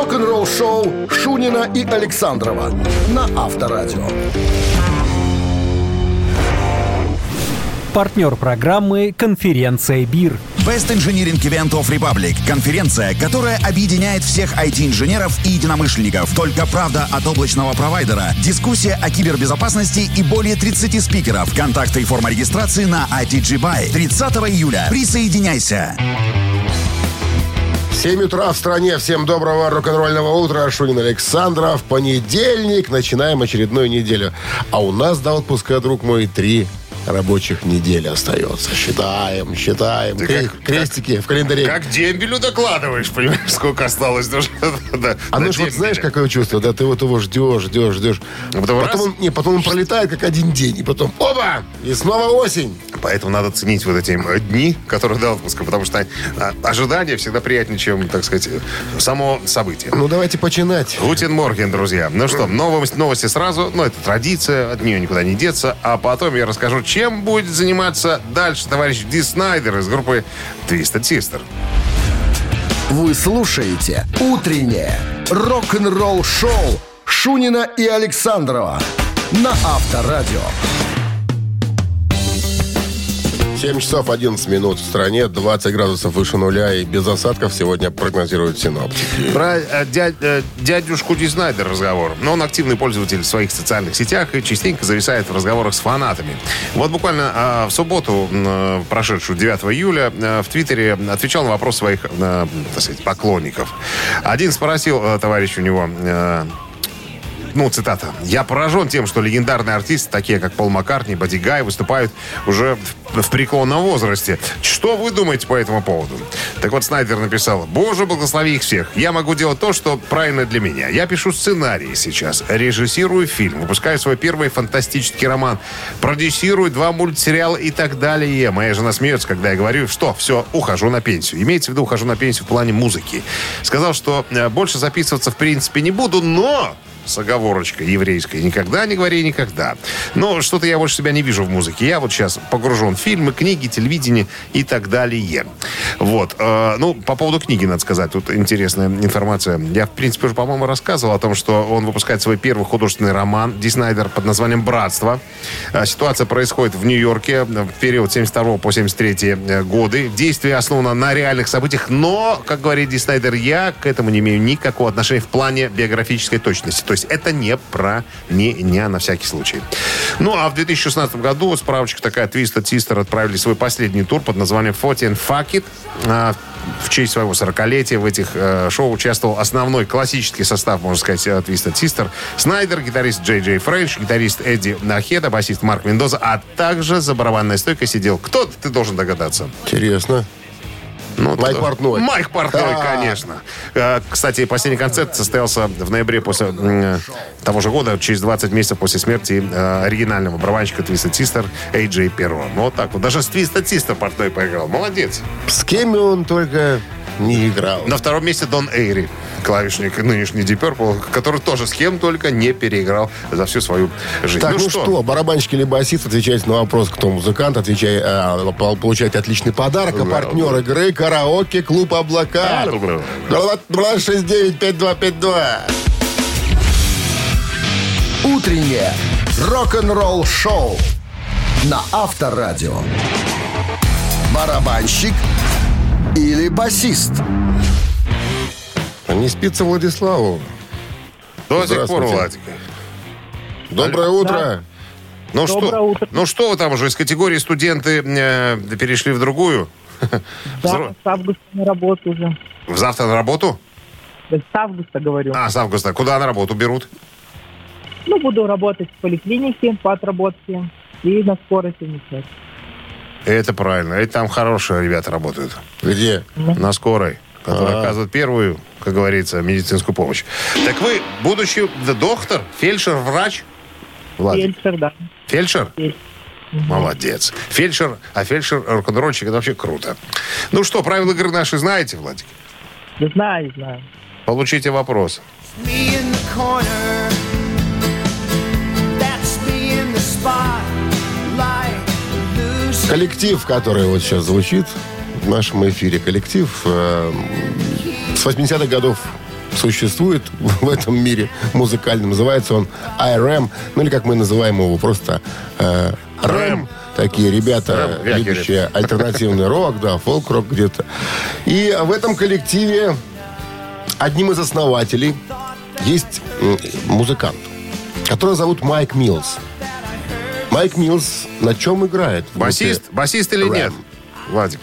Рок-н-ролл-шоу Шунина и Александрова на Авторадио. Партнер программы «Конференция БИР». Best Engineering Event of Republic. Конференция, которая объединяет всех IT-инженеров и единомышленников. Только правда от облачного провайдера. Дискуссия о кибербезопасности и более 30 спикеров. Контакты и форма регистрации на ITG Buy. 30 июля. Присоединяйся. 7 утра в стране. Всем доброго рок-н-ролльного утра. Шунин, Александров. Понедельник. Начинаем очередную неделю. А у нас до отпуска, друг мой, 3 рабочих недели остается. Считаем. Крестики в календаре. Как дембелю докладываешь, понимаешь, сколько осталось даже. А ну вот знаешь, какое чувство? Да ты вот его ждешь. Потом он пролетает как один день. И потом оба! И снова осень. Поэтому надо ценить вот эти дни, которые до отпуска. Потому что ожидание всегда приятнее, чем, так сказать, само событие. Ну, давайте починать. Гутен Морген, друзья. Ну что, новости сразу. Ну, это традиция, от нее никуда не деться. А потом я расскажу, чем будет заниматься дальше товарищ Ди Снайдер из группы Twisted Sister. Вы слушаете «Утреннее рок-н-ролл-шоу» Шунина и Александрова на Авторадио. 7 часов 11 минут в стране, 20 градусов выше нуля и без осадков сегодня прогнозируют синоптики. Про дядюшку Ди Снайдер разговор. Но он активный пользователь в своих социальных сетях и частенько зависает в разговорах с фанатами. Вот буквально в субботу, прошедшую 9 июля, в Твиттере отвечал на вопрос своих, так сказать, поклонников. Один спросил товарищ у него... цитата. «Я поражен тем, что легендарные артисты, такие как Пол Маккартни, Бадди Гай, выступают уже в преклонном возрасте. Что вы думаете по этому поводу?» Так вот, Снайдер написал: «Боже, благослови их всех. Я могу делать то, что правильно для меня. Я пишу сценарии сейчас, режиссирую фильм, выпускаю свой первый фантастический роман, продюсирую 2 мультсериала и так далее. Моя жена смеется, когда я говорю, что все, ухожу на пенсию. Имеется в виду, ухожу на пенсию в плане музыки. Сказал, что больше записываться в принципе не буду, но... с оговорочкой еврейской. Никогда не говори никогда. Но что-то я больше себя не вижу в музыке. Я вот сейчас погружен в фильмы, книги, телевидение и так далее». Вот. По поводу книги, надо сказать, тут интересная информация. Я, в принципе, уже, по-моему, рассказывал о том, что он выпускает свой первый художественный роман «Ди Снайдер» под названием «Братство». Ситуация происходит в Нью-Йорке в период 72 по 73 годы. Действие основано на реальных событиях, но, как говорит Ди Снайдер, я к этому не имею никакого отношения в плане биографической точности. То есть это не на всякий случай. Ну, а в 2016 году, справочка такая, Twisted Sister отправили свой последний тур под названием 40 and Fuck It. В честь своего 40-летия в этих шоу участвовал основной классический состав, можно сказать, Twisted Sister. Снайдер, гитарист Джей Джей Френч, гитарист Эдди Нахеда, басист Марк Мендоза, а также за барабанной стойкой сидел кто-то, ты должен догадаться. Интересно. Майк Портной. Майк Портной, конечно. Кстати, последний концерт состоялся в ноябре после того же года, через 20 месяцев после смерти оригинального барабанщика Twisted Sister Эй-Джей Перро. Вот так вот. Даже с Twisted Sister Портной поиграл. Молодец. С кем он только не играл. На втором месте Дон Эйри, клавишник нынешний Deep Purple, который тоже с кем только не переиграл за всю свою жизнь. Так, ну что, барабанщик или басист, отвечайте на вопрос, кто музыкант, получаете отличный подарок. А партнер игры — караоке-клуб «Облака». 269-5252. Утреннее рок-н-ролл-шоу на Авторадио. Барабанщик или басист? Не спится Владиславу. До сих пор, Владик. Доброе утро. Да. Ну Утро. Ну что вы там уже из категории студенты перешли в другую? Да, с августа на работу уже. Завтра на работу? Да, с августа, говорю. С августа. Куда на работу берут? Буду работать в поликлинике по отработке и на скорой совмещать. Это правильно. И там хорошие ребята работают. Где? На скорой, которые оказывают первую, как говорится, медицинскую помощь. Так вы, будущий доктор, фельдшер, врач? Фельдшер, да. Фельдшер? Молодец. Фельдшер, рок-н-ролльщик, это вообще круто. Ну что, правила игры наши знаете, Владик? Знаю. Получите вопрос. Коллектив, который вот сейчас звучит в нашем эфире, коллектив с 80-х годов существует в этом мире музыкальном. Называется он IRM, ну или как мы называем его, просто рэм. Такие ребята, любящие альтернативный рок, да, фолк-рок где-то. И в этом коллективе одним из основателей есть музыкант, которого зовут Майк Милс. Майк Милс на чем играет? Басист? Басист или нет? Владик.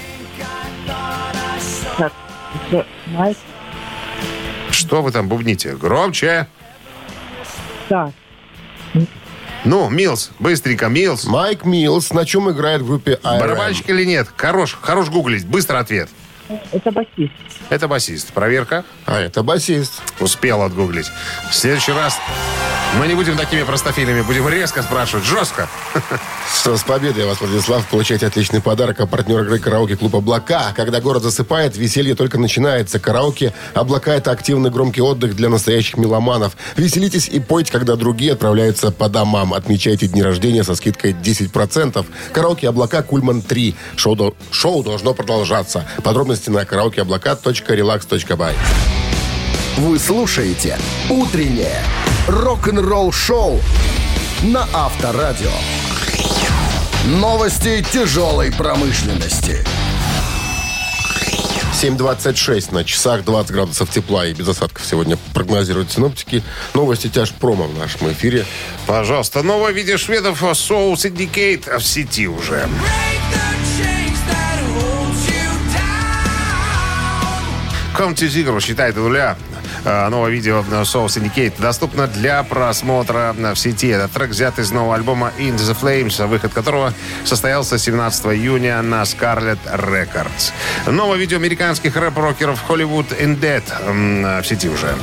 Так, Майк. Что вы там бубните? Громче. Так. Ну, Милс, быстренько, Милс. Майк Милс на чем играет в группе IRM? Барабанщик или нет? Хорош гуглить. Быстро ответ. Это басист. Это басист. Проверка. А это басист. Успел отгуглить. В следующий раз мы не будем такими простофилями. Будем резко спрашивать. Жестко. С победой вас, Владислав. Получаете отличный подарок. А партнер игры караоке-клуб «Облака». Когда город засыпает, веселье только начинается. Караоке «Облака» — это активный громкий отдых для настоящих меломанов. Веселитесь и пойте, когда другие отправляются по домам. Отмечайте дни рождения со скидкой 10%. Караоке «Облака» Кульман 3. Шоу должно продолжаться. Подробности на караокеоблака.relax.by. Вы слушаете «Утреннее рок-н-ролл-шоу» на Авторадио. Новости тяжелой промышленности. 7:26 на часах, 20 градусов тепла и без осадков сегодня прогнозируют синоптики. Новости тяжпрома в нашем эфире. Пожалуйста, новое видео шведов Soul Syndicate в сети уже. Come to Zero считает до нуля. Новое видео Soul Syndicate доступно для просмотра в сети. Этот трек взят из нового альбома Into the Flames, выход которого состоялся 17 июня на Scarlet Records. Новое видео американских рэп-рокеров Hollywood Undead в сети уже.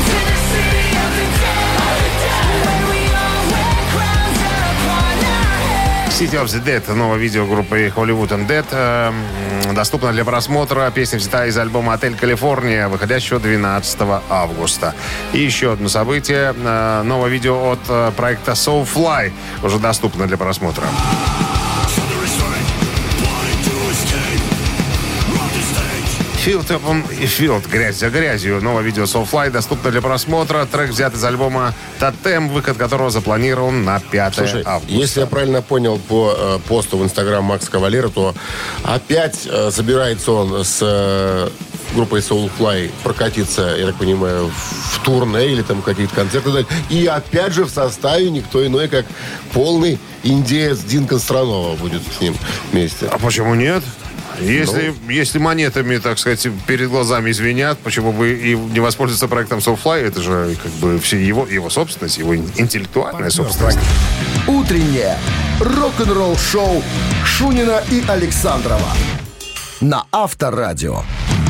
City of the Dead, новое видео группы Hollywood Undead, доступно для просмотра. Песня взята из альбома «Отель Калифорния», выходящего 12 августа. И еще одно событие. Новое видео от проекта Soulfly уже доступно для просмотра. Field Upon Field, грязь за грязью. Новое видео Soulfly доступно для просмотра. Трек взят из альбома «Тотем», выход которого запланирован на 5 августа. Если я правильно понял по посту в Инстаграм Макса Кавалера, то опять собирается он с группой Soulfly прокатиться, я так понимаю, в турне или там какие-то концерты дать. И опять же в составе никто иной, как полный индеец Дин Костронова будет с ним вместе. А почему нет? Если монетами, так сказать, перед глазами извинят, почему бы и не воспользоваться проектом Soulfly? Это же как бы все его собственность, его интеллектуальная собственность. Утреннее рок-н-ролл-шоу Шунина и Александрова на Авторадио.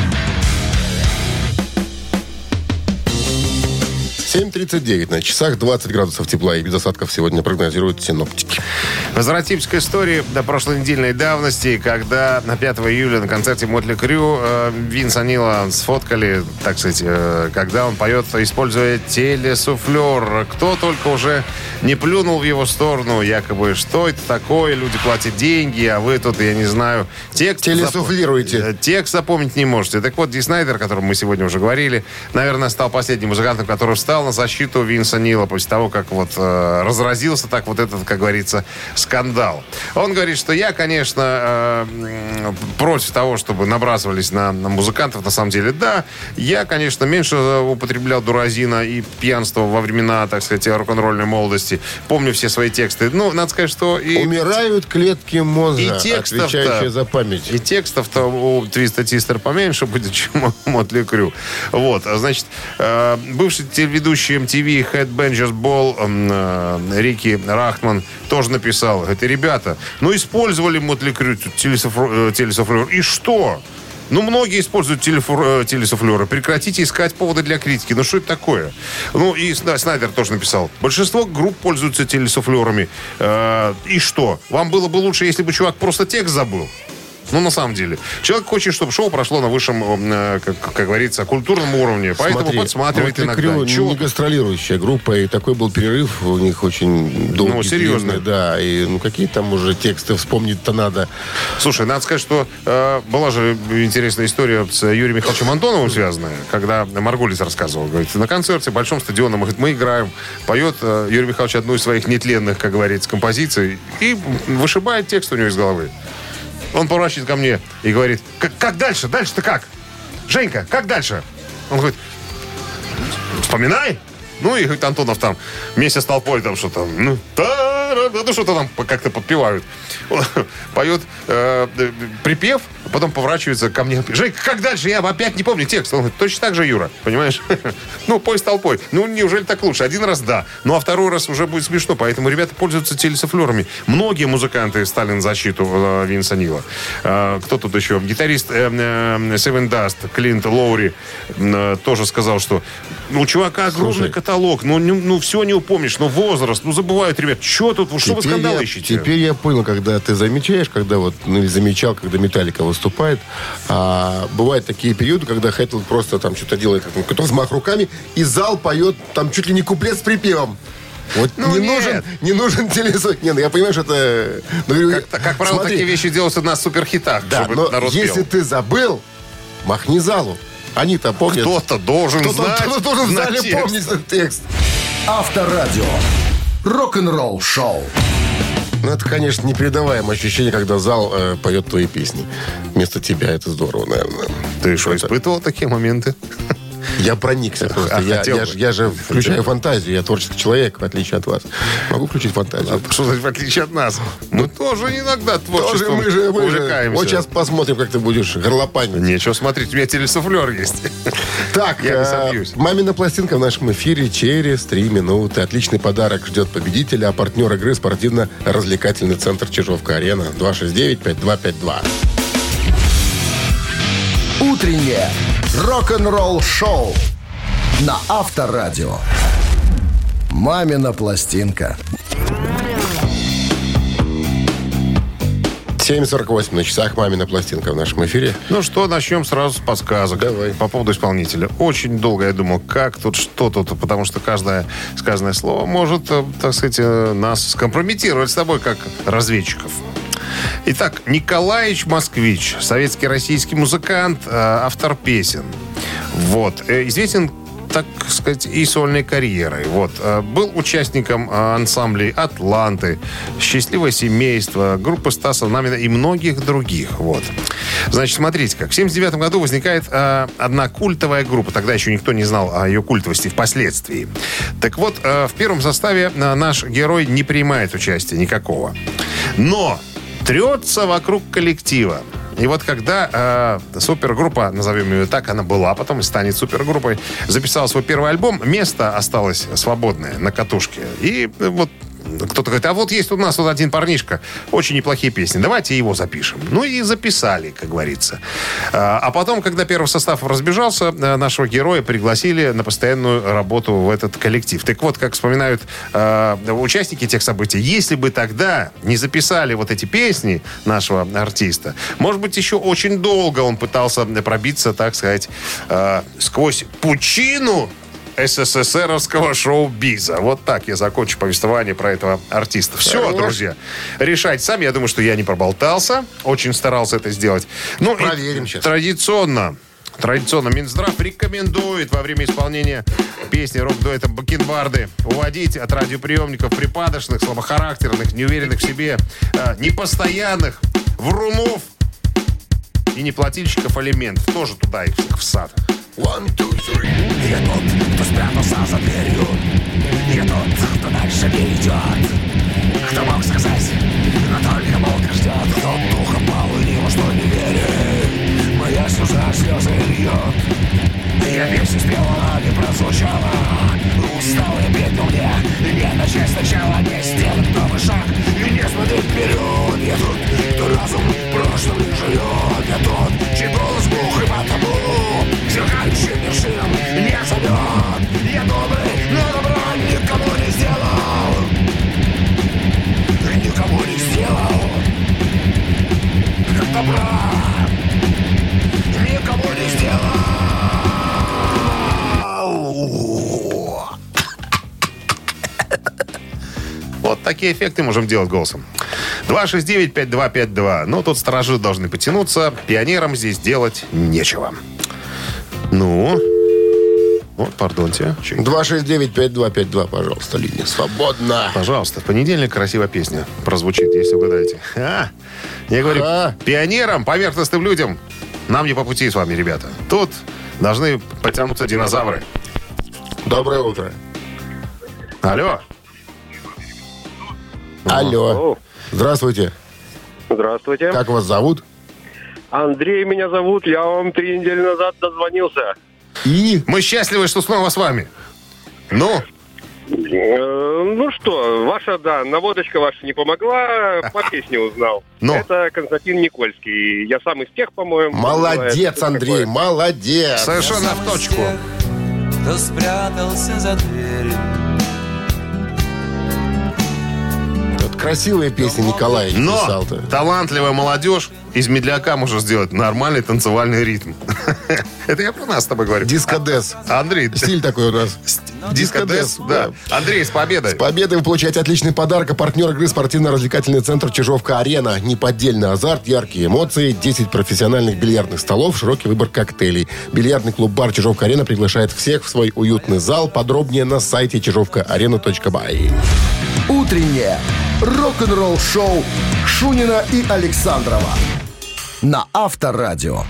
7:39 на часах, 20 градусов тепла и без осадков сегодня прогнозируют синоптики. Возвратимся к истории до прошлой недельной давности, когда на 5 июля на концерте Мотли Крю Винса Нила сфоткали, так сказать, когда он поет, используя телесуфлер. Кто только уже не плюнул в его сторону, якобы, что это такое, люди платят деньги, а вы тут, я не знаю, текст... Телесуфлируете. Текст запомнить не можете. Так вот, Ди Снайдер, о котором мы сегодня уже говорили, наверное, стал последним музыкантом, который встал на защиту Винса Нила после того, как вот разразился так вот этот, как говорится, скандал. Он говорит, что я, конечно, против того, чтобы набрасывались на музыкантов, на самом деле, да. Я, конечно, меньше употреблял дуразина и пьянство во времена, так сказать, рок-н-ролльной молодости. Помню все свои тексты. Ну, надо сказать, что... Умирают клетки мозга, отвечающие за память. И текстов-то у Твиста Тистер поменьше будет, чем у Мотли Крю. Вот, значит, бывший телеведущий MTV Headbangers Ball Рики Рахтман тоже написал: это ребята, использовали Мотли Крю телесуфлер. И что? Многие используют телесуфлеры. Прекратите искать поводы для критики. Что это такое? И Снайдер тоже написал: большинство групп пользуются телесуфлерами. И что? Вам было бы лучше, если бы чувак просто текст забыл? Ну, на самом деле. Человек хочет, чтобы шоу прошло на высшем, как говорится, культурном уровне. Поэтому подсматривает иногда. Не гастролирующая группа, и такой был перерыв у них очень долгий. Ну, серьезно. длинный, да, и какие там уже тексты вспомнить-то надо. Слушай, надо сказать, что была же интересная история с Юрием Михайловичем Антоновым связанная, когда Маргулис рассказывал. Говорит, на концерте, большом стадионе, мы играем, поет Юрий Михайлович одну из своих нетленных, как говорится, композиций, и вышибает текст у него из головы. Он поворачивается ко мне и говорит, как дальше? Дальше-то как? Женька, как дальше? Он говорит, вспоминай. Ну, и говорит, Антонов там вместе с толпой там что-то, ну что-то там как-то подпевают. Он поет припев, потом поворачивается ко мне. Женька, как дальше? Я опять не помню текст. Он говорит, точно так же, Юра, понимаешь? Ну, пой с толпой. Ну, неужели так лучше? Один раз да. Ну, а второй раз уже будет смешно. Поэтому ребята пользуются телесуфлерами. Многие музыканты стали на защиту Винса Нила. Кто тут еще? Гитарист Seven Dust, Клинт Лоури, тоже сказал, что у чувака огромный каталог. Ну, все не упомнишь. Ну, возраст. Ну, забывают, ребят. Что тут? Что вы скандалы ищете? Теперь я понял, когда ты замечаешь, когда или замечал, когда Металлика выступает, бывают такие периоды, когда Хэтфилд просто там что-то делает, какой-то взмах руками, и зал поет там чуть ли не куплет с припевом. Вот не нужен телесуфлер. Не, я понимаю, что это... Как правило, такие вещи делаются на суперхитах, да, чтобы но народ если пел. ты забыл, махни залу. Они-то помнят. Кто-то должен знать. Кто-то должен в зале помнить этот текст. Авторадио. Рок-н-ролл шоу. Ну, это, конечно, непередаваемое ощущение, когда зал поет твои песни. Вместо тебя. Это здорово, наверное. Ты что, испытывал такие моменты? Я проникся просто. Я же включаю фантазию. Я творческий человек, в отличие от вас. Могу включить фантазию. Что значит, в отличие от нас? Мы тоже иногда творчеством мы же увлекаемся. Вот сейчас посмотрим, как ты будешь горлопанить. Нечего смотреть, у меня телесуфлер есть. Так, я не собьюсь. «Мамина пластинка» в нашем эфире через 3 минуты. Отличный подарок ждет победителя. А партнер игры — спортивно-развлекательный центр «Чижовка-Арена». 269-5252. Утреннее рок-н-ролл-шоу на Авторадио. «Мамина пластинка». 7:48 на часах. «Мамина пластинка» в нашем эфире. Ну что, начнем сразу с подсказок. Давай. По поводу исполнителя. Очень долго я думал, как тут, что тут, потому что каждое сказанное слово может, так сказать, нас скомпрометировать с тобой, как разведчиков. Итак, Николаич Москвич, советский российский музыкант, автор песен. Вот. Известен, так сказать, и сольной карьерой. Вот. Был участником ансамблей «Атланты», «Счастливое семейство», группы Стаса Намина и многих других. Вот. Значит, смотрите как. В 1979 году возникает одна культовая группа. Тогда еще никто не знал о ее культовости впоследствии. Так вот, в первом составе наш герой не принимает участия никакого. Но трется вокруг коллектива. И вот когда супергруппа, назовем ее так, она была, потом и станет супергруппой, записала свой первый альбом, место осталось свободное на катушке. И вот кто-то говорит, а вот есть у нас вот один парнишка, очень неплохие песни, давайте его запишем. Ну и записали, как говорится. А потом, когда первый состав разбежался, нашего героя пригласили на постоянную работу в этот коллектив. Так вот, как вспоминают участники тех событий, если бы тогда не записали вот эти песни нашего артиста, может быть, еще очень долго он пытался пробиться, так сказать, сквозь пучину СССРовского шоу-биза. Вот так я закончу повествование про этого артиста. Все, друзья. Решайте сами. Я думаю, что я не проболтался. Очень старался это сделать. Ну, проверим сейчас. Традиционно Минздрав рекомендует во время исполнения песни рок-дуэта «Бакенбарды» уводить от радиоприемников припадочных, слабохарактерных, неуверенных в себе, непостоянных, врунов и неплательщиков алиментов. Тоже туда их всех в сад. 1, 2, 3. Я тот, кто спрятался за дверью. Я тот, кто дальше не идет. Кто мог сказать, но только молча ждет. Кто духом пал и ни во что не верит. Моя слеза слезы льет. Я песню спела, она не прозвучала. Устал я петь, но мне не начать сначала. Не сделать новый шаг и не смотреть вперед. Я тот, кто разум в прошлом не живет. Я тот, чей голос глух и потому сверкающим вершинам не зовет. Я добрый, но добра никому не сделал. Никому не сделал. Добра такие эффекты можем делать голосом. 269-5252. Ну, тут сторожи должны потянуться. Пионерам здесь делать нечего. Ну... Вот, пардонте. 269-5252, пожалуйста, линия свободна. Пожалуйста, в понедельник красивая песня прозвучит, если угадаете. Я говорю, пионерам, поверхностным людям, нам не по пути с вами, ребята. Тут должны потянуться динозавры. Доброе утро. Алло. Алло. Здравствуйте. Здравствуйте. Как вас зовут? Андрей меня зовут. Я вам 3 недели назад дозвонился. И? Мы счастливы, что снова с вами. Ну? Ну что, ваша, наводочка ваша не помогла, по песне узнал. Но. Это Константин Никольский. Я сам из тех, по-моему. Молодец, Андрей, молодец. Совершенно в точку. Кто спрятался за дверью. Красивая песня Николай Но писал-то. талантливая молодежь из медляка может сделать нормальный танцевальный ритм. Это я про нас с тобой говорю. Дискодес. Андрей. Стиль такой у нас. Дискодес, да. Андрей, с победой. С победой вы получаете отличный подарок. А партнер игры спортивно-развлекательный центр «Чижовка-Арена». Неподдельный азарт, яркие эмоции, 10 профессиональных бильярдных столов, широкий выбор коктейлей. Бильярдный клуб-бар «Чижовка-Арена» приглашает всех в свой уютный зал. Подробнее на сайте чижовкаарена.бай. Утреннее рок-н-ролл-шоу Шунина и Александрова на Авторадио.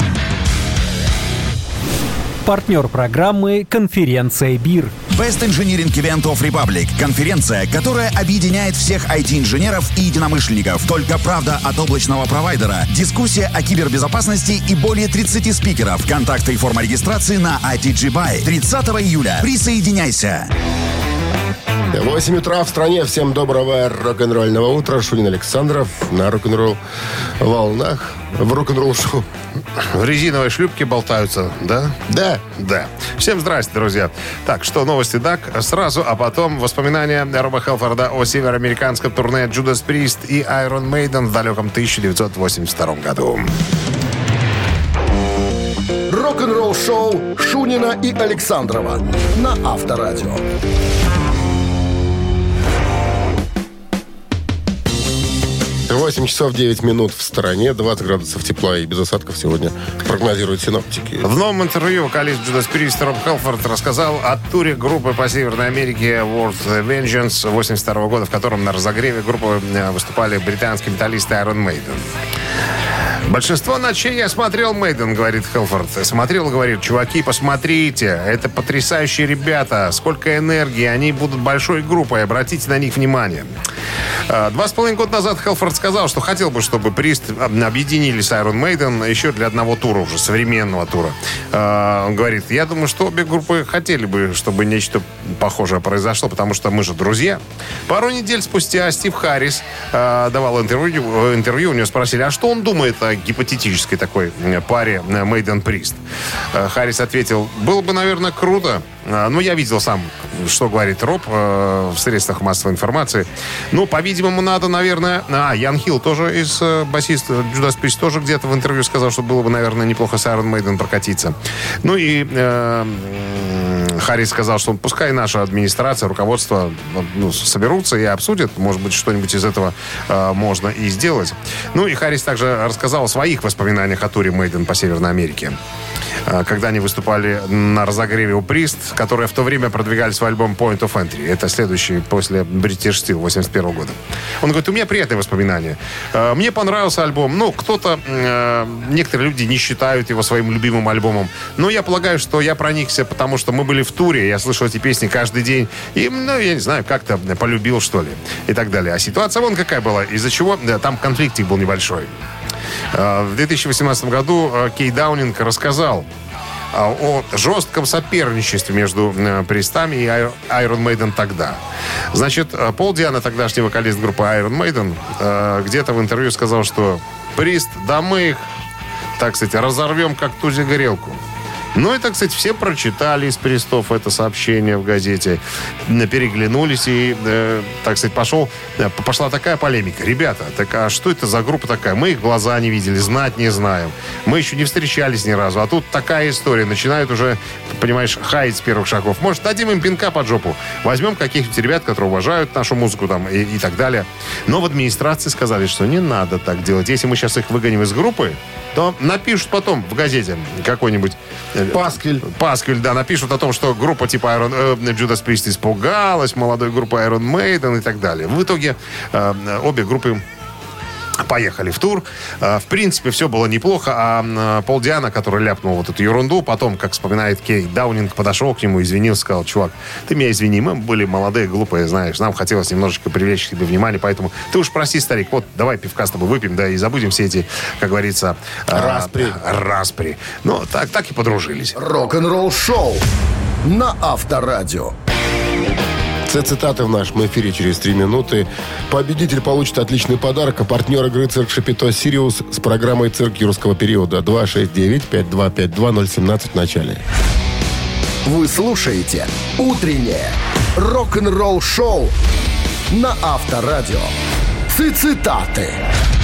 Партнер программы «Конференция БИР». Best Engineering Event of Republic. Конференция, которая объединяет всех IT-инженеров и единомышленников. Только правда от облачного провайдера. Дискуссия о кибербезопасности и более 30 спикеров. Контакты и форма регистрации на ITG Buy. 30 июля. Присоединяйся. 8 утра в стране. Всем доброго рок-н-ролльного утра. Шунин Александров на рок-н-ролл волнах. В рок-н-ролл шоу. В резиновой шлюпке болтаются, да? Да. Да. Всем здрасте, друзья. Так, что, новости ДАК сразу, а потом воспоминания Роба Хелфорда о североамериканском турне Judas Priest и Iron Maiden в далеком 1982 году. Рок-н-ролл шоу Шунина и Александрова на Авторадио. 8 часов 9 минут в стороне, 20 градусов тепла и без осадков сегодня прогнозируют синоптики. В новом интервью вокалист Judas Priest Роб Хелфорд рассказал о туре группы по Северной Америке World Vengeance 1982 года, в котором на разогреве группы выступали британские металлисты Iron Maiden. Большинство ночей я смотрел Maiden, говорит Хелфорд. Смотрел и говорит, чуваки, посмотрите, это потрясающие ребята, сколько энергии, они будут большой группой, обратите на них внимание. 2,5 года назад Хелфорд сказал, что хотел бы, чтобы Priest объединились с Iron Maiden еще для одного тура уже, современного тура. Он говорит, я думаю, что обе группы хотели бы, чтобы нечто похожее произошло, потому что мы же друзья. Пару недель спустя Стив Харрис давал интервью, у него спросили, а что он думает о гипотетической такой паре Maiden-Priest? Харрис ответил, было бы, наверное, круто. Ну, я видел сам, что говорит Роб в средствах массовой информации. Ну, по-видимому, надо, наверное... Ян Хилл тоже из басист Judas Priest тоже где-то в интервью сказал, что было бы, наверное, неплохо с Iron Maiden прокатиться. Ну и Харрис сказал, что пускай наша администрация, руководство соберутся и обсудят. Может быть, что-нибудь из этого можно и сделать. Ну и Харрис также рассказал о своих воспоминаниях о туре Maiden по Северной Америке. Когда они выступали на разогреве у Priest, которые в то время продвигали свой альбом Point of Entry. Это следующий после British Steel 81 года. Он говорит, у меня приятные воспоминания. Мне понравился альбом. Ну, кто-то, некоторые люди не считают его своим любимым альбомом. Но я полагаю, что я проникся, потому что мы были в туре, я слышал эти песни каждый день. И, я не знаю, как-то полюбил, что ли. И так далее. А ситуация вон какая была. Из-за чего там конфликтик был небольшой. В 2018 году Кей Даунинг рассказал о жестком соперничестве между Пристами и Iron Maiden тогда. Значит, Пол Диано, тогдашний вокалист группы Iron Maiden, где-то в интервью сказал, что Прист, да мы их, так сказать, разорвем, как тузик горелку. Ну, это, кстати, все прочитали из перестов это сообщение в газете, переглянулись и, так сказать, пошла такая полемика. Ребята, так а что это за группа такая? Мы их в глаза не видели, знать не знаем. Мы еще не встречались ни разу. А тут такая история. Начинают уже, понимаешь, хаять с первых шагов. Может, дадим им пинка под жопу. Возьмем каких-нибудь ребят, которые уважают нашу музыку там и так далее. Но в администрации сказали, что не надо так делать. Если мы сейчас их выгоним из группы, то напишут потом в газете какой-нибудь... Пасквиль, да, напишут о том, что группа типа Judas Priest испугалась, молодой группа Iron Maiden и так далее. В итоге обе группы поехали в тур. В принципе, все было неплохо. А Пол Диано, который ляпнул вот эту ерунду, потом, как вспоминает Кейт Даунинг, подошел к нему, извинился, сказал: чувак, ты меня извини, мы были молодые, глупые, знаешь, нам хотелось немножечко привлечь к себе внимание, поэтому ты уж прости, старик, вот давай пивка с тобой выпьем, да, и забудем все эти, как говорится, распри. Ну, так и подружились. Рок-н-ролл шоу на Авторадио. Цитаты в нашем эфире через 3 минуты. Победитель получит отличный подарок. А партнер игры «Цирк Шапито Сириус» с программой «Цирк юрского периода». 269-5252-017 в начале. Вы слушаете «Утреннее рок-н-ролл-шоу» на Авторадио. Цитаты.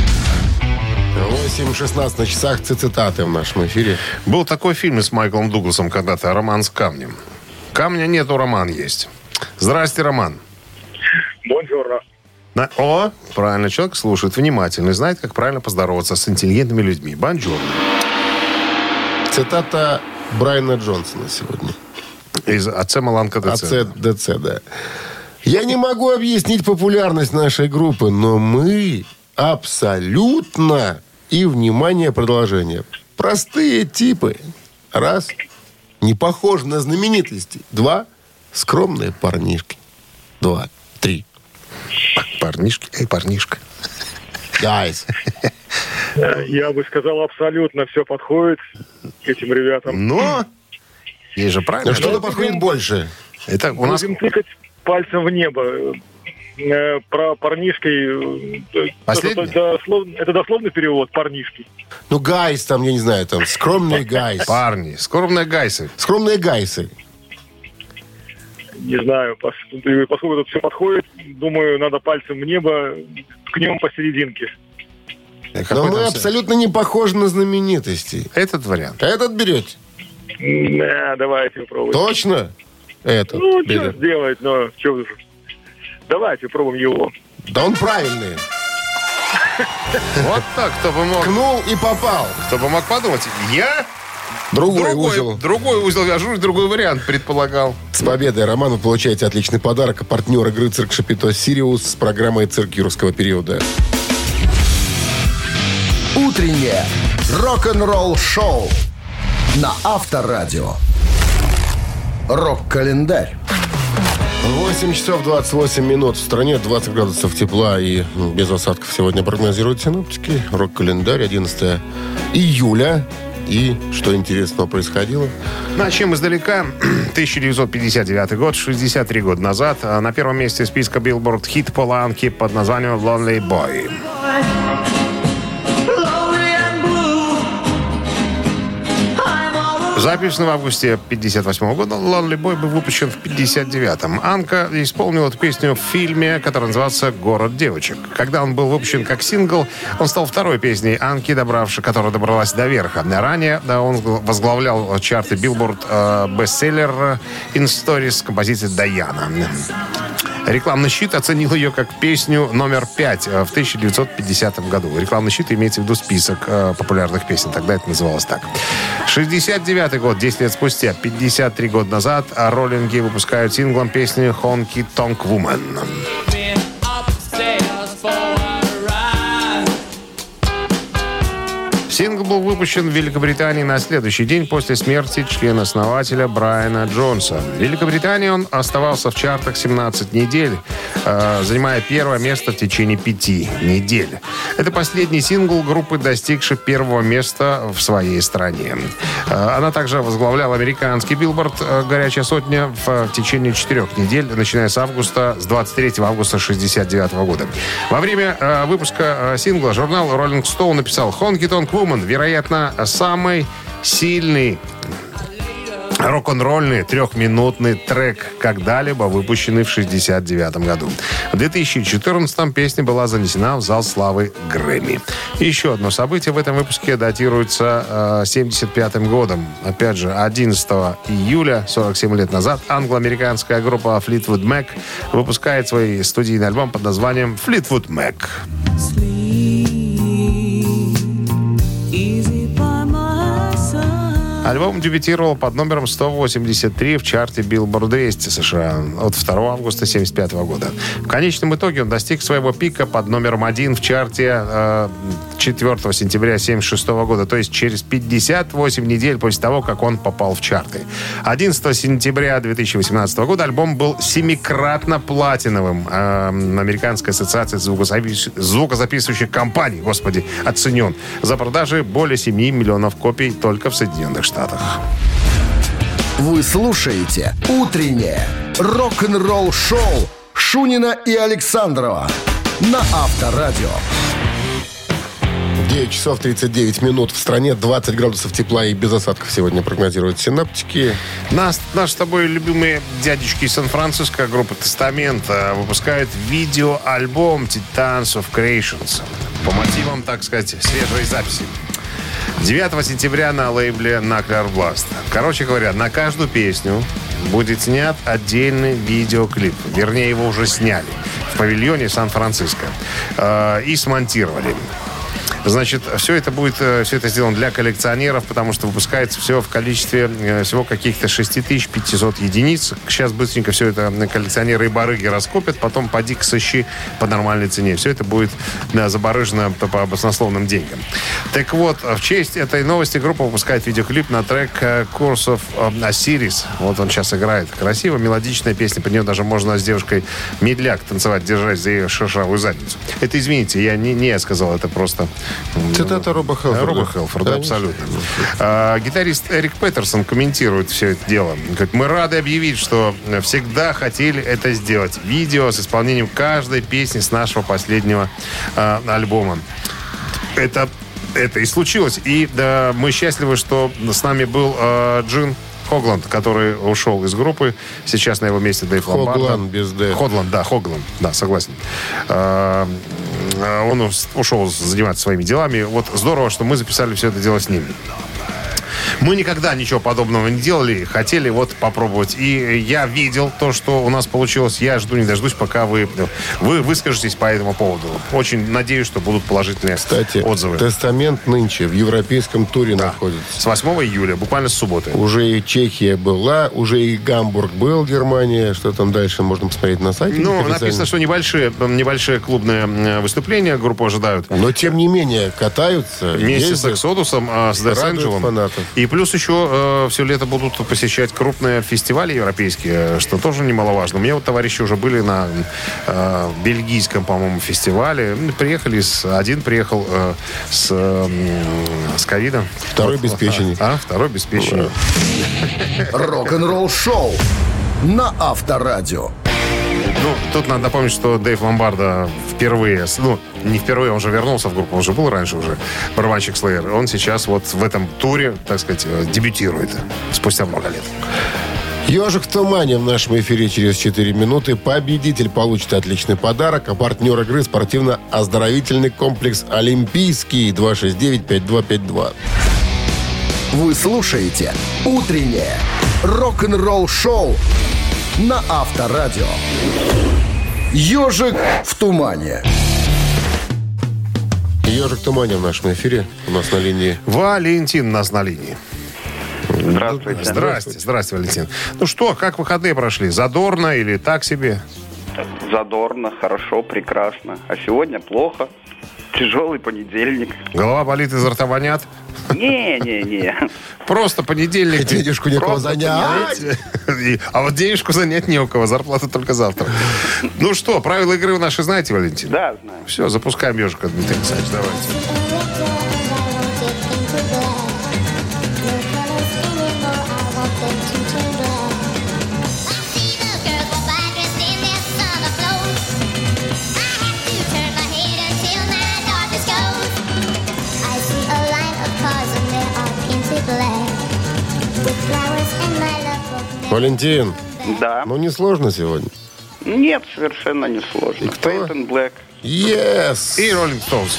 8:16 на часах. Цитаты в нашем эфире. Был такой фильм с Майклом Дугласом когда-то «Роман с камнем». Камня нету, роман есть. Здрасте, Роман. Бонжорно. О, правильно, человек слушает внимательно и знает, как правильно поздороваться с интеллигентными людьми. Бонжорно. Цитата Брайана Джонсона сегодня. Из «Отца Маланка ДЦ». ДЦ, да. Я не могу объяснить популярность нашей группы, но мы абсолютно... И, внимание, продолжение. Простые типы. Раз. Не похожи на знаменитости. 2. Скромные парнишки. 2, 3. Парнишки. Эй, парнишка. Guys. Я бы сказал, абсолютно все подходит к этим ребятам. Но есть же правильно. Что-то подходит больше. Это у нас... Будем тыкать пальцем в небо. Про парнишкой... Это дословный перевод, парнишки. Ну, гайс там, я не знаю, там, скромные гайс. Парни. Скромные гайсы. Скромные гайсы. Не знаю, поскольку тут все подходит, думаю, надо пальцем в небо, ткнем посерединке. Но мы абсолютно не похожи на знаменитостей. Этот вариант. Этот берете? Да, давайте попробуем. Точно? Этот Ну, что берем. сделать, но что уже. Давайте попробуем его. Да он правильный. Вот так, кто бы мог... Ткнул и попал. Кто бы мог подумать. Я... Другой узел. Другой узел вяжу, другой вариант предполагал. С победой, Роман, вы получаете отличный подарок. А партнер игры «Цирк Шапито Сириус» с программой «Цирк юрского периода». Утреннее рок-н-ролл-шоу на Авторадио. Рок-календарь. 8 часов 28 минут. В стране 20 градусов тепла и без осадков сегодня прогнозируют синоптики. Рок-календарь, 11 июля. И что интересного происходило? Начнем издалека. 1959 год, 63 года назад. На первом месте списка Billboard хит Пола Анки под названием «Lonely Boy». Запись в августе 1958 года. «Lonely Boy» был выпущен в 1959-м. Анка исполнил эту песню в фильме, который назывался «Город девочек». Когда он был выпущен как сингл, он стал второй песней Анки, которая добралась до верха. Ранее он возглавлял чарты Billboard бестселлер «In Stories» с композицией «Даяна». Рекламный щит оценил ее как песню номер 5 в 1950 году. Рекламный щит имеется в виду список популярных песен. Тогда это называлось так. 69 год, 10 лет спустя, 53 года назад, роллинги выпускают синглом песню «Honky Tonk Woman». Сингл был выпущен в Великобритании на следующий день после смерти члена-основателя Брайана Джонса. В Великобритании он оставался в чартах 17 недель, занимая первое место в течение 5 недель. Это последний сингл группы, достигший первого места в своей стране. Она также возглавляла американский Billboard «Горячая сотня» в течение 4 недель, начиная с 23 августа 1969 года. Во время выпуска сингла журнал Rolling Stone написал: «Honky Tonk Woman, вероятно, самый сильный рок-н-ролльный трехминутный трек, когда-либо выпущенный в 1969 году. В 2014 песня была занесена в зал славы Грэмми. Еще одно событие в этом выпуске датируется 1975 годом. Опять же, 11 июля, 47 лет назад, англо-американская группа Fleetwood Mac выпускает свой студийный альбом под названием Fleetwood Mac. Альбом дебютировал под номером 183 в чарте Billboard 200 США от 2 августа 1975 года. В конечном итоге он достиг своего пика под номером 1 в чарте 4 сентября 1976 года, то есть через 58 недель после того, как он попал в чарты. 11 сентября 2018 года альбом был 7-кратно платиновым. Американская ассоциация звукозаписывающих компаний, оценен за продажи более 7 миллионов копий только в Соединенных Штатах. Вы слушаете «Утреннее рок-н-ролл-шоу» Шунина и Александрова на Авторадио. 9 часов 39 минут. В стране 20 градусов тепла и без осадков сегодня прогнозируют синаптики. Наши с тобой любимые дядечки из Сан-Франциско, группа «Тестамент», выпускают видеоальбом «Titans of Creations» по мотивам, так сказать, свежей записи. 9 сентября на лейбле Nuclear Blast. Короче говоря, на каждую песню будет снят отдельный видеоклип. Вернее, его уже сняли в павильоне Сан-Франциско и смонтировали. Значит, все это сделано для коллекционеров, потому что выпускается все в количестве всего каких-то 6500 единиц. Сейчас быстренько все это коллекционеры и барыги раскупят, потом поди-ка сыщи по нормальной цене. Все это будет забарыжено по баснословным деньгам. Так вот, в честь этой новости группа выпускает видеоклип на трек Curse of Osiris. Вот он сейчас играет. Красиво, мелодичная песня. Под нее даже можно с девушкой медляк танцевать, держась за ее шершавую задницу. Это, извините, я не я сказал, это просто... Цитата Роба Хелфорда. Роба Хелфорда, абсолютно. Гитарист Эрик Петерсон комментирует все это дело. Говорит, мы рады объявить, что всегда хотели это сделать. Видео с исполнением каждой песни с нашего последнего альбома. Это и случилось. И мы счастливы, что с нами был Джин Хогланд, который ушел из группы. Сейчас на его месте Дэйв Ломбардо. Хогланд без Д. Хогланд, да, согласен. Он ушел заниматься своими делами. Вот здорово, что мы записали все это дело с ним. Мы никогда ничего подобного не делали, хотели вот попробовать. И я видел то, что у нас получилось. Я жду не дождусь, пока вы выскажетесь по этому поводу. Очень надеюсь, что будут положительные отзывы. Кстати, «Тестамент» нынче в европейском туре находится. С 8 июля, буквально с субботы. Уже и Чехия была, уже и Гамбург был, Германия. Что там дальше, можно посмотреть на сайте. Написано, что небольшие клубные выступления группу ожидают. Но, тем не менее, катаются. Вместе с «Эксодусом», с «Death Angel». Фанатов. И плюс еще все лето будут посещать крупные фестивали европейские, что тоже немаловажно. У меня вот товарищи уже были на бельгийском, по-моему, фестивале. Один приехал с ковидом. Второй без печени. Второй без печени. Рок-н-ролл шоу на Авторадио. Тут надо напомнить, что Дэйв Ломбардо впервые, не впервые, он же вернулся в группу, он же был раньше уже, барабанщик Slayer. Он сейчас вот в этом туре, так сказать, дебютирует спустя много лет. «Ежик в тумане» в нашем эфире через 4 минуты. Победитель получит отличный подарок, а партнер игры — спортивно-оздоровительный комплекс «Олимпийский». 269-5252. Вы слушаете «Утреннее рок-н-ролл-шоу» на Авторадио. «Ежик в тумане». «Ежик в тумане» в нашем эфире. У нас на линии Валентин у нас на линии. Здравствуйте. Здравствуйте, Валентин. Ну что, как выходные прошли? Задорно или так себе? Задорно, хорошо, прекрасно. А сегодня плохо. Тяжелый понедельник. Голова болит, изо рта вонят? Не. Просто понедельник. Денежку некого занять. А вот денежку занять не у кого. Зарплата только завтра. Ну что, правила игры вы наши знаете, Валентин? Да, знаю. Все, запускаем ежика, Дмитрий Александрович, давайте. Flowers and my Валентин, Да. ну не сложно сегодня. Нет, совершенно не сложно. И кто? Peyton Black. Yes! И Rolling Stones.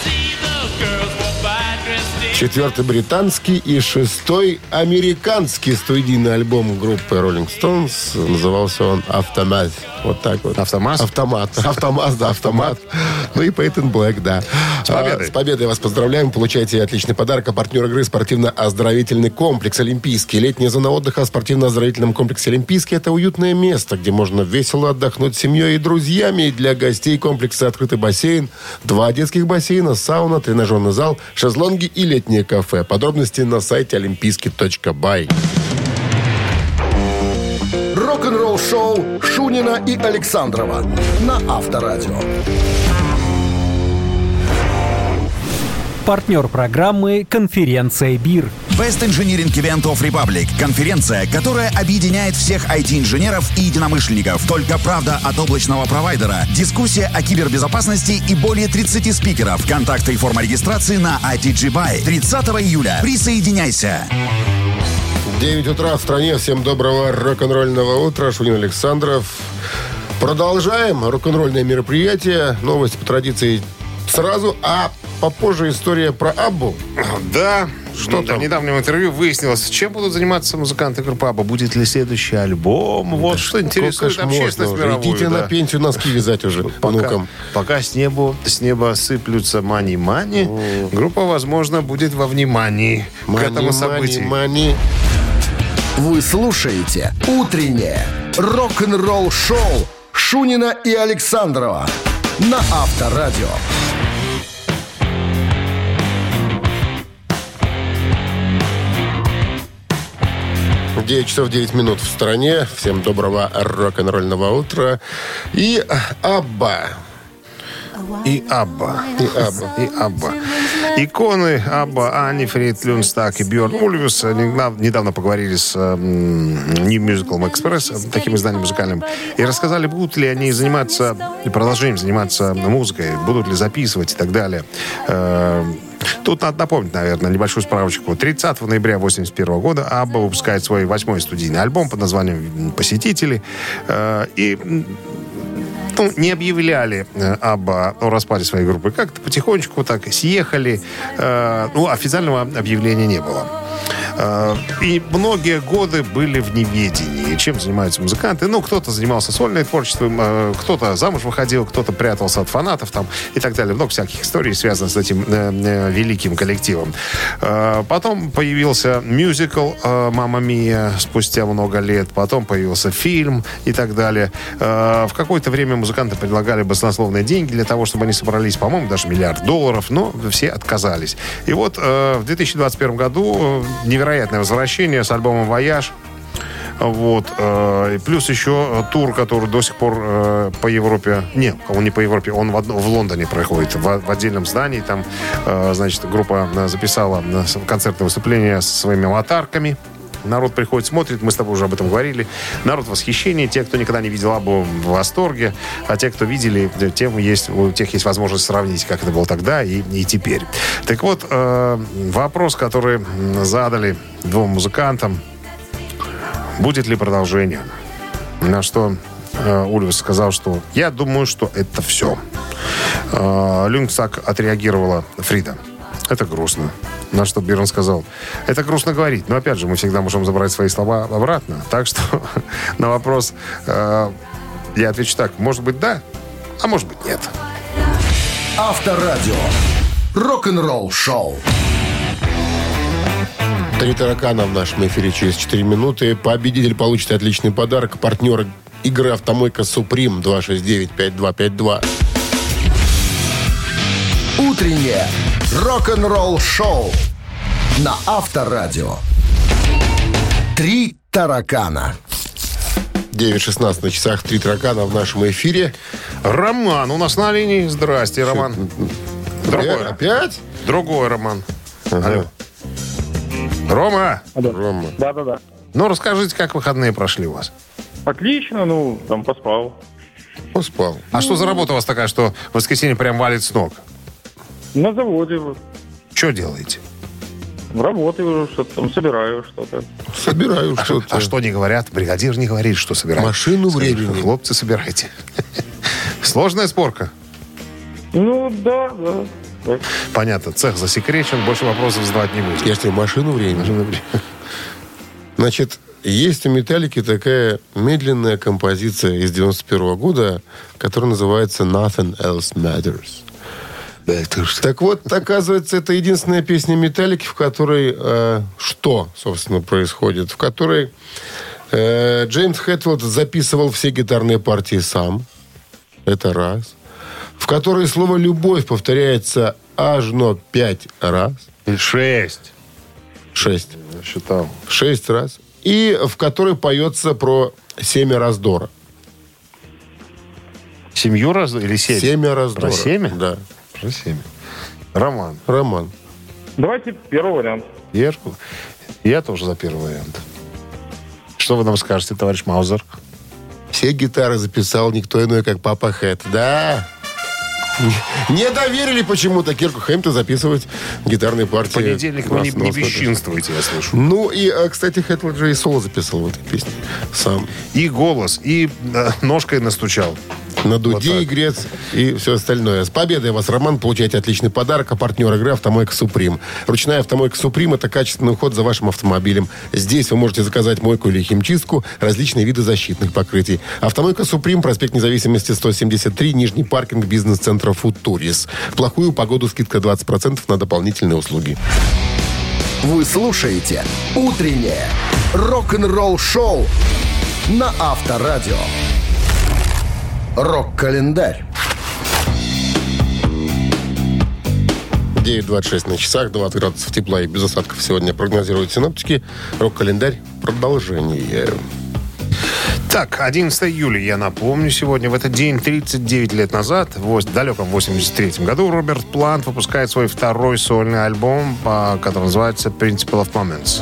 4-й британский и 6-й американский студийный альбом группы Rolling Stones. Назывался он «Автомат». Вот так вот. Автомат? Автомат. Ну и Peyton Black, да. С победой. С победой вас поздравляем. Получайте отличный подарок. А партнер игры спортивно-оздоровительный комплекс «Олимпийский». Летняя зона отдыха в спортивно-оздоровительном комплексе «Олимпийский» — это уютное место, где можно весело отдохнуть с семьей и друзьями. Для гостей комплекса открытый бассейн, 2 детских бассейна, сауна, тренажерный зал, шезлонги и летнее кафе. Подробности на сайте олимпийский.бай. Рок-н-ролл-шоу Шунина и Александрова на Авторадио. Партнер программы «Конференция БИР». Best Engineering Event of Republic. Конференция, которая объединяет всех IT-инженеров и единомышленников. Только правда от облачного провайдера. Дискуссия о кибербезопасности и более 30 спикеров. Контакты и форма регистрации на ITG Buy. 30 июля. Присоединяйся. 9 утра в стране. Всем доброго рок-н-ролльного утра. Шунин Александров. Продолжаем рок-н-ролльное мероприятие. Новости по традиции сразу, а попозже история про Аббу. Да. Что там? В недавнем интервью выяснилось, чем будут заниматься музыканты группы Абба. Будет ли следующий альбом? Вот что интересует общественность мировую. Идите на пенсию носки вязать уже внукам. Пока с неба сыплются мани-мани, группа, возможно, будет во внимании к этому событию. Мани. Вы слушаете «Утреннее рок-н-ролл-шоу» Шунина и Александрова на Авторадио. 9 часов 9 минут в стране. Всем доброго рок-н-ролльного утра. И Абба. И Абба. Иконы Абба, Ани Фрид, Люнстаг и Бьорн Ульвус недавно поговорили с New Musical Express, таким изданием музыкальным, и рассказали, будут ли они заниматься и продолжением заниматься музыкой, будут ли записывать и так далее. Тут надо напомнить, наверное, небольшую справочку. 30 ноября 1981 года Абба выпускает свой 8-й студийный альбом под названием «Посетители». И не объявляли Абба о распаде своей группы. Как-то потихонечку так съехали. Официального объявления не было. И многие годы были в неведении, чем занимаются музыканты. Кто-то занимался сольным творчеством, кто-то замуж выходил, кто-то прятался от фанатов там, и так далее. Много всяких историй связано с этим великим коллективом. Потом появился мюзикл «Мамма Мия» спустя много лет. Потом появился фильм и так далее. В какое-то время музыканты предлагали баснословные деньги для того, чтобы они собрались, по-моему, даже $1 миллиард, но все отказались. И вот в 2021 году невероятное возвращение с альбомом «Вояж». Вот. Плюс еще тур, который до сих пор по Европе... Нет, он не по Европе, он в Лондоне проходит, в отдельном здании. Там, значит, группа записала концертное выступление со своими аватарками. Народ приходит, смотрит, мы с тобой уже об этом говорили. Народ в восхищении, те, кто никогда не видел Аббу, в восторге. А те, кто видели, у тех есть возможность сравнить, как это было тогда и теперь. Так вот, вопрос, который задали 2 музыкантам: будет ли продолжение? На что Ульвус сказал, что я думаю, что это все. Люнстаг отреагировала: Фрида, это грустно. На что Бьорн сказал: это грустно говорить, но опять же мы всегда можем забрать свои слова обратно. Так что на вопрос я отвечу так: может быть да, а может быть нет. Авторадио. Рок-н-ролл-шоу. 3 таракана в нашем эфире через 4 минуты. Победитель получит отличный подарок. Партнер игры «Автомойка Суприм» 269-5252. Утреннее рок-н-ролл-шоу на Авторадио. 3 таракана. 9:16 на часах. 3 таракана в нашем эфире. Роман у нас на линии. Здрасте, Роман. Другой. Опять? Другой Роман. Алло. Рома! Рома. Да. Ну, расскажите, как выходные прошли у вас? Отлично, там поспал. Поспал. А что за работа у вас такая, что в воскресенье прям валит с ног? На заводе. Что делаете? Работаю уже, что-то там, собираю что-то. Собираю что-то. А что не говорят? Бригадир не говорит, что собирает. Машину времени. Хлопцы, собирайте. Сложная сборка? Ну, да. Понятно, цех засекречен, больше вопросов задавать не будем. Я же тебе машину времени. Значит, есть у «Металлики» такая медленная композиция из 91 года, которая называется «Nothing Else Matters». Так вот, оказывается, это единственная песня «Металлики», в которой что, собственно, происходит? В которой Джеймс Хэтфилд записывал все гитарные партии сам. Это раз. В которой слово «любовь» повторяется аж 5 раз. 6. 6. Я считал. 6 раз. И в которой поется про семя раздора. Семью раз или 7? Семя раздора. Про семя? Да. Про семя. Роман. Давайте первый вариант. Ерку. Я тоже за первый вариант. Что вы нам скажете, товарищ Маузер? Все гитары записал никто иной, как Папа Хэт. Да. Не доверили почему-то Кирку Хэмпту записывать гитарные партии. В понедельник вы не бесчинствуете, я слышу. Ну, и, кстати, Хэтфилд же и соло записал в этой песне сам. И голос, и ножкой настучал. На дуде игрец и все остальное. С победой вас, Роман. Получаете отличный подарок. А партнер игры «Автомойка Суприм». Ручная «Автомойка Суприм» — это качественный уход за вашим автомобилем. Здесь вы можете заказать мойку или химчистку, различные виды защитных покрытий. «Автомойка Суприм», проспект Независимости, 173, Нижний паркинг бизнес-центра «Фудтурис». В плохую погоду скидка 20% на дополнительные услуги. Вы слушаете «Утреннее рок-н-ролл-шоу» на Авторадио. Рок-календарь. 9:26 на часах, 20 градусов тепла и без осадков сегодня прогнозируют синоптики. Рок-календарь. Продолжение. Так, 11 июля, я напомню, сегодня в этот день, 39 лет назад, в далеком 83 году, Роберт Плант выпускает свой второй сольный альбом, который называется «Principle of Moments».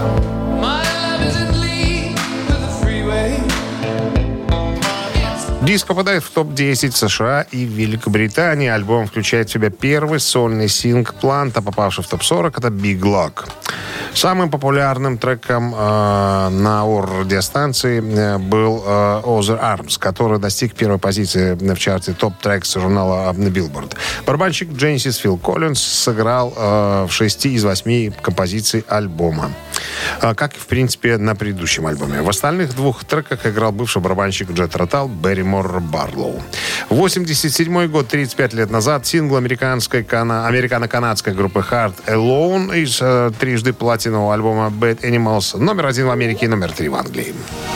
Диск попадает в топ-10 в США и Великобритании. Альбом включает в себя первый сольный сингл Планта, попавший в топ-40, это «Big Lock». Самым популярным треком на радиостанции был «Other Arms», который достиг первой позиции в чарте топ-трекс журнала Billboard. Барабанщик Genesis Фил Коллинз сыграл в 6 из 8 композиций альбома, как и, в принципе, на предыдущем альбоме. В остальных двух треках играл бывший барабанщик Джет Ротал Берримор Барлоу. 87 год, 35 лет назад, сингл американо-канадской группы Hard Alone из трижды платинового альбома Bad Animals номер 1 в Америке и номер 3 в Англии.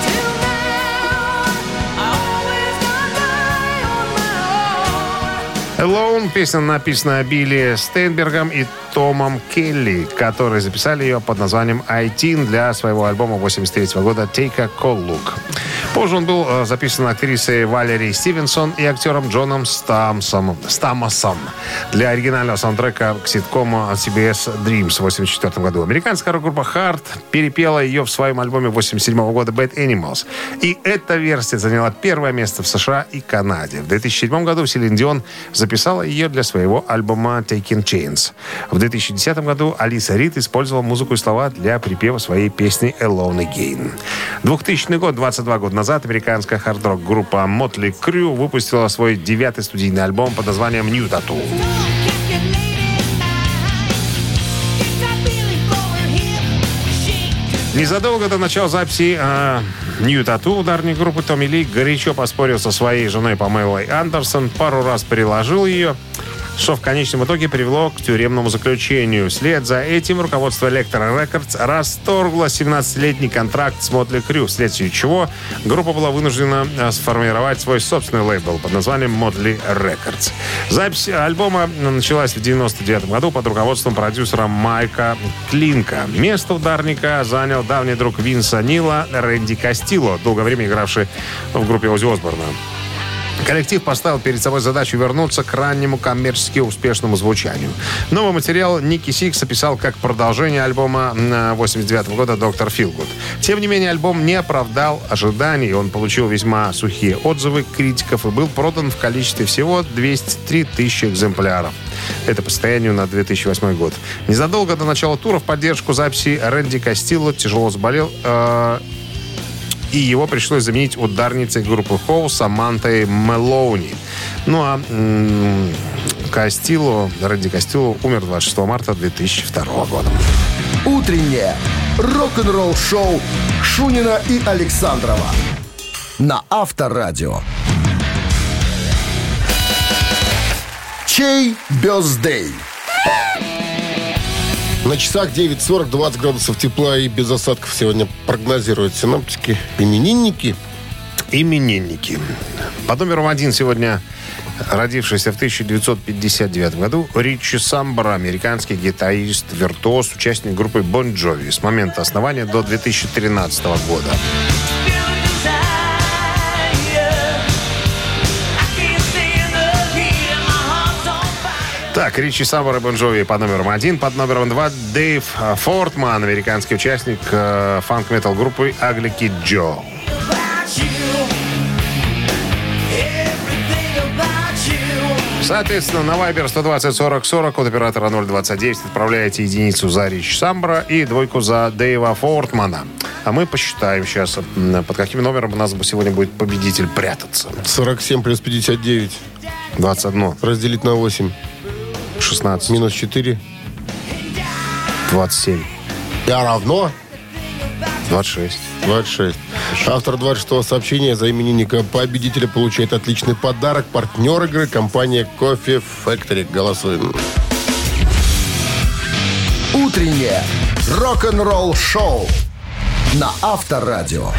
Alone — песня написана Билли Стейнбергом и Томом Келли, которые записали ее под названием «I-Teen» для своего альбома 83 года «Take a Cold Look». Позже он был записан актрисой Валери Стивенсон и актером Джоном Стамосом для оригинального саундтрека к ситкому CBS Dreams в 1984 году. Американская рок-группа Hard перепела ее в своем альбоме 1987 года Bad Animals. И эта версия заняла первое место в США и Канаде. В 2007 году Селин Дион записала ее для своего альбома Taking Chains. В 2010 году Алиса Рид использовала музыку и слова для припева своей песни Alone Again. 2000 год, 22 года назад, американская хард-рок группа Motley Crue выпустила свой 9-й студийный альбом под названием New Tattoo. Незадолго до начала записи New Tattoo ударник группы Томми Ли горячо поспорил со своей женой Памелой Андерсон, пару раз переложил ее, что в конечном итоге привело к тюремному заключению. Вслед за этим руководство Elektra Records расторгло 17-летний контракт с Motley Crue, вследствие чего группа была вынуждена сформировать свой собственный лейбл под названием Motley Records. Запись альбома началась в 1999 году под руководством продюсера Майка Клинка. Место ударника занял давний друг Винса Нила Рэнди Кастилло, долгое время игравший в группе Оззи Осборна. Коллектив поставил перед собой задачу вернуться к раннему коммерчески успешному звучанию. Новый материал Ники Сикс описал как продолжение альбома 1989 года «Доктор Филгуд». Тем не менее, альбом не оправдал ожиданий. Он получил весьма сухие отзывы критиков и был продан в количестве всего 203 тысячи экземпляров. Это по состоянию на 2008 год. Незадолго до начала тура в поддержку записи Рэнди Кастилло тяжело заболел, и его пришлось заменить ударницей группы Хоу Самантой Мэлоуни. Ну а Рэнди Кастилло умер 26 марта 2002 года. Утреннее рок-н-ролл-шоу Шунина и Александрова на Авторадио. Чей бёздей? На часах 9:40, 20 градусов тепла и без осадков сегодня прогнозируют синоптики. Именинники. Под номером 1 сегодня родившийся в 1959 году Ричи Самбора, американский гитарист, виртуоз, участник группы Bon Jovi с момента основания до 2013 года. Так, Ричи Самбора и Bon Jovi под номером 1. Под номером 2 Дэйв Фортман, американский участник фанк-метал группы Ugly Kid Joe. Соответственно, на Viber 120-40-40 от оператора 029 отправляете единицу за Ричи Самбора и двойку за Дэйва Фортмана. А мы посчитаем сейчас, под каким номером у нас сегодня будет победитель прятаться. 47 плюс 59. 21. Разделить на 8. 16. Минус 4. 27. Я равно? 26. 26. Автор 26-го сообщения за именинника победителя получает отличный подарок. Партнер игры — компания Coffee Factory. Голосуем. Утреннее рок-н-ролл-шоу на Авторадио.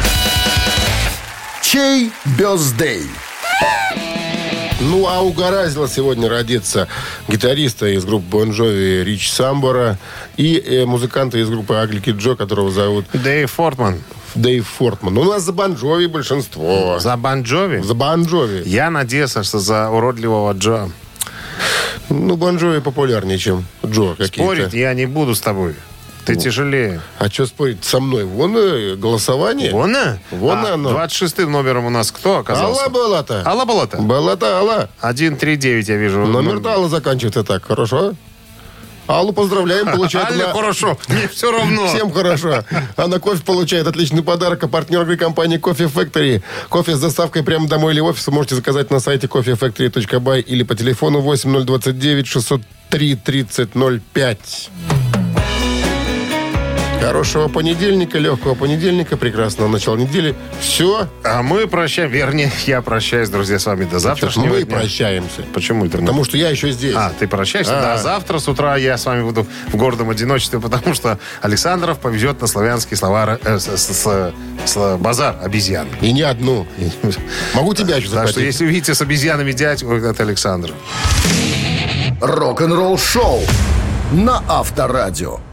Чей бёздей? Ну, а угораздило сегодня родиться гитариста из группы Bon Jovi Ричи Самбора и музыканта из группы Ugly Kid Joe, которого зовут Дэйв Фортман. Дэйв Фортман. У нас за Bon Jovi большинство. За Bon Jovi? За Bon Jovi. Я надеялся, что за уродливого Джо. Ну, Bon Jovi популярнее, чем Джо какие-то. Спорить я не буду с тобой. Ты тяжелее. А что спорить со мной? Вон голосование. Вон оно. 26-м номером у нас кто оказался? Алла была-то. Алла была-то? Была-то Алла. 139, я вижу. Номер-то Алла заканчивается так. Хорошо? Аллу поздравляем. Получает Алле хорошо. Мне все равно. Всем хорошо. Она кофе получает отличный подарок. А партнер игры — компании Coffee Factory. Кофе с доставкой прямо домой или в офис можете заказать на сайте coffeefactory.by или по телефону 8029 603 3005. Хорошего понедельника, легкого понедельника, прекрасного начала недели. Все. А мы прощаем, вернее, я прощаюсь, друзья, с вами до завтрашнего мы дня. Прощаемся. Почему это? Потому что я еще здесь. Ты прощаешься? Да, завтра с утра я с вами буду в гордом одиночестве, потому что Александров повезет на славянский базар обезьян. И не одну. Могу тебя еще Так захватить. что если увидите с обезьянами дядь, это Александров. Рок-н-ролл шоу на Авторадио.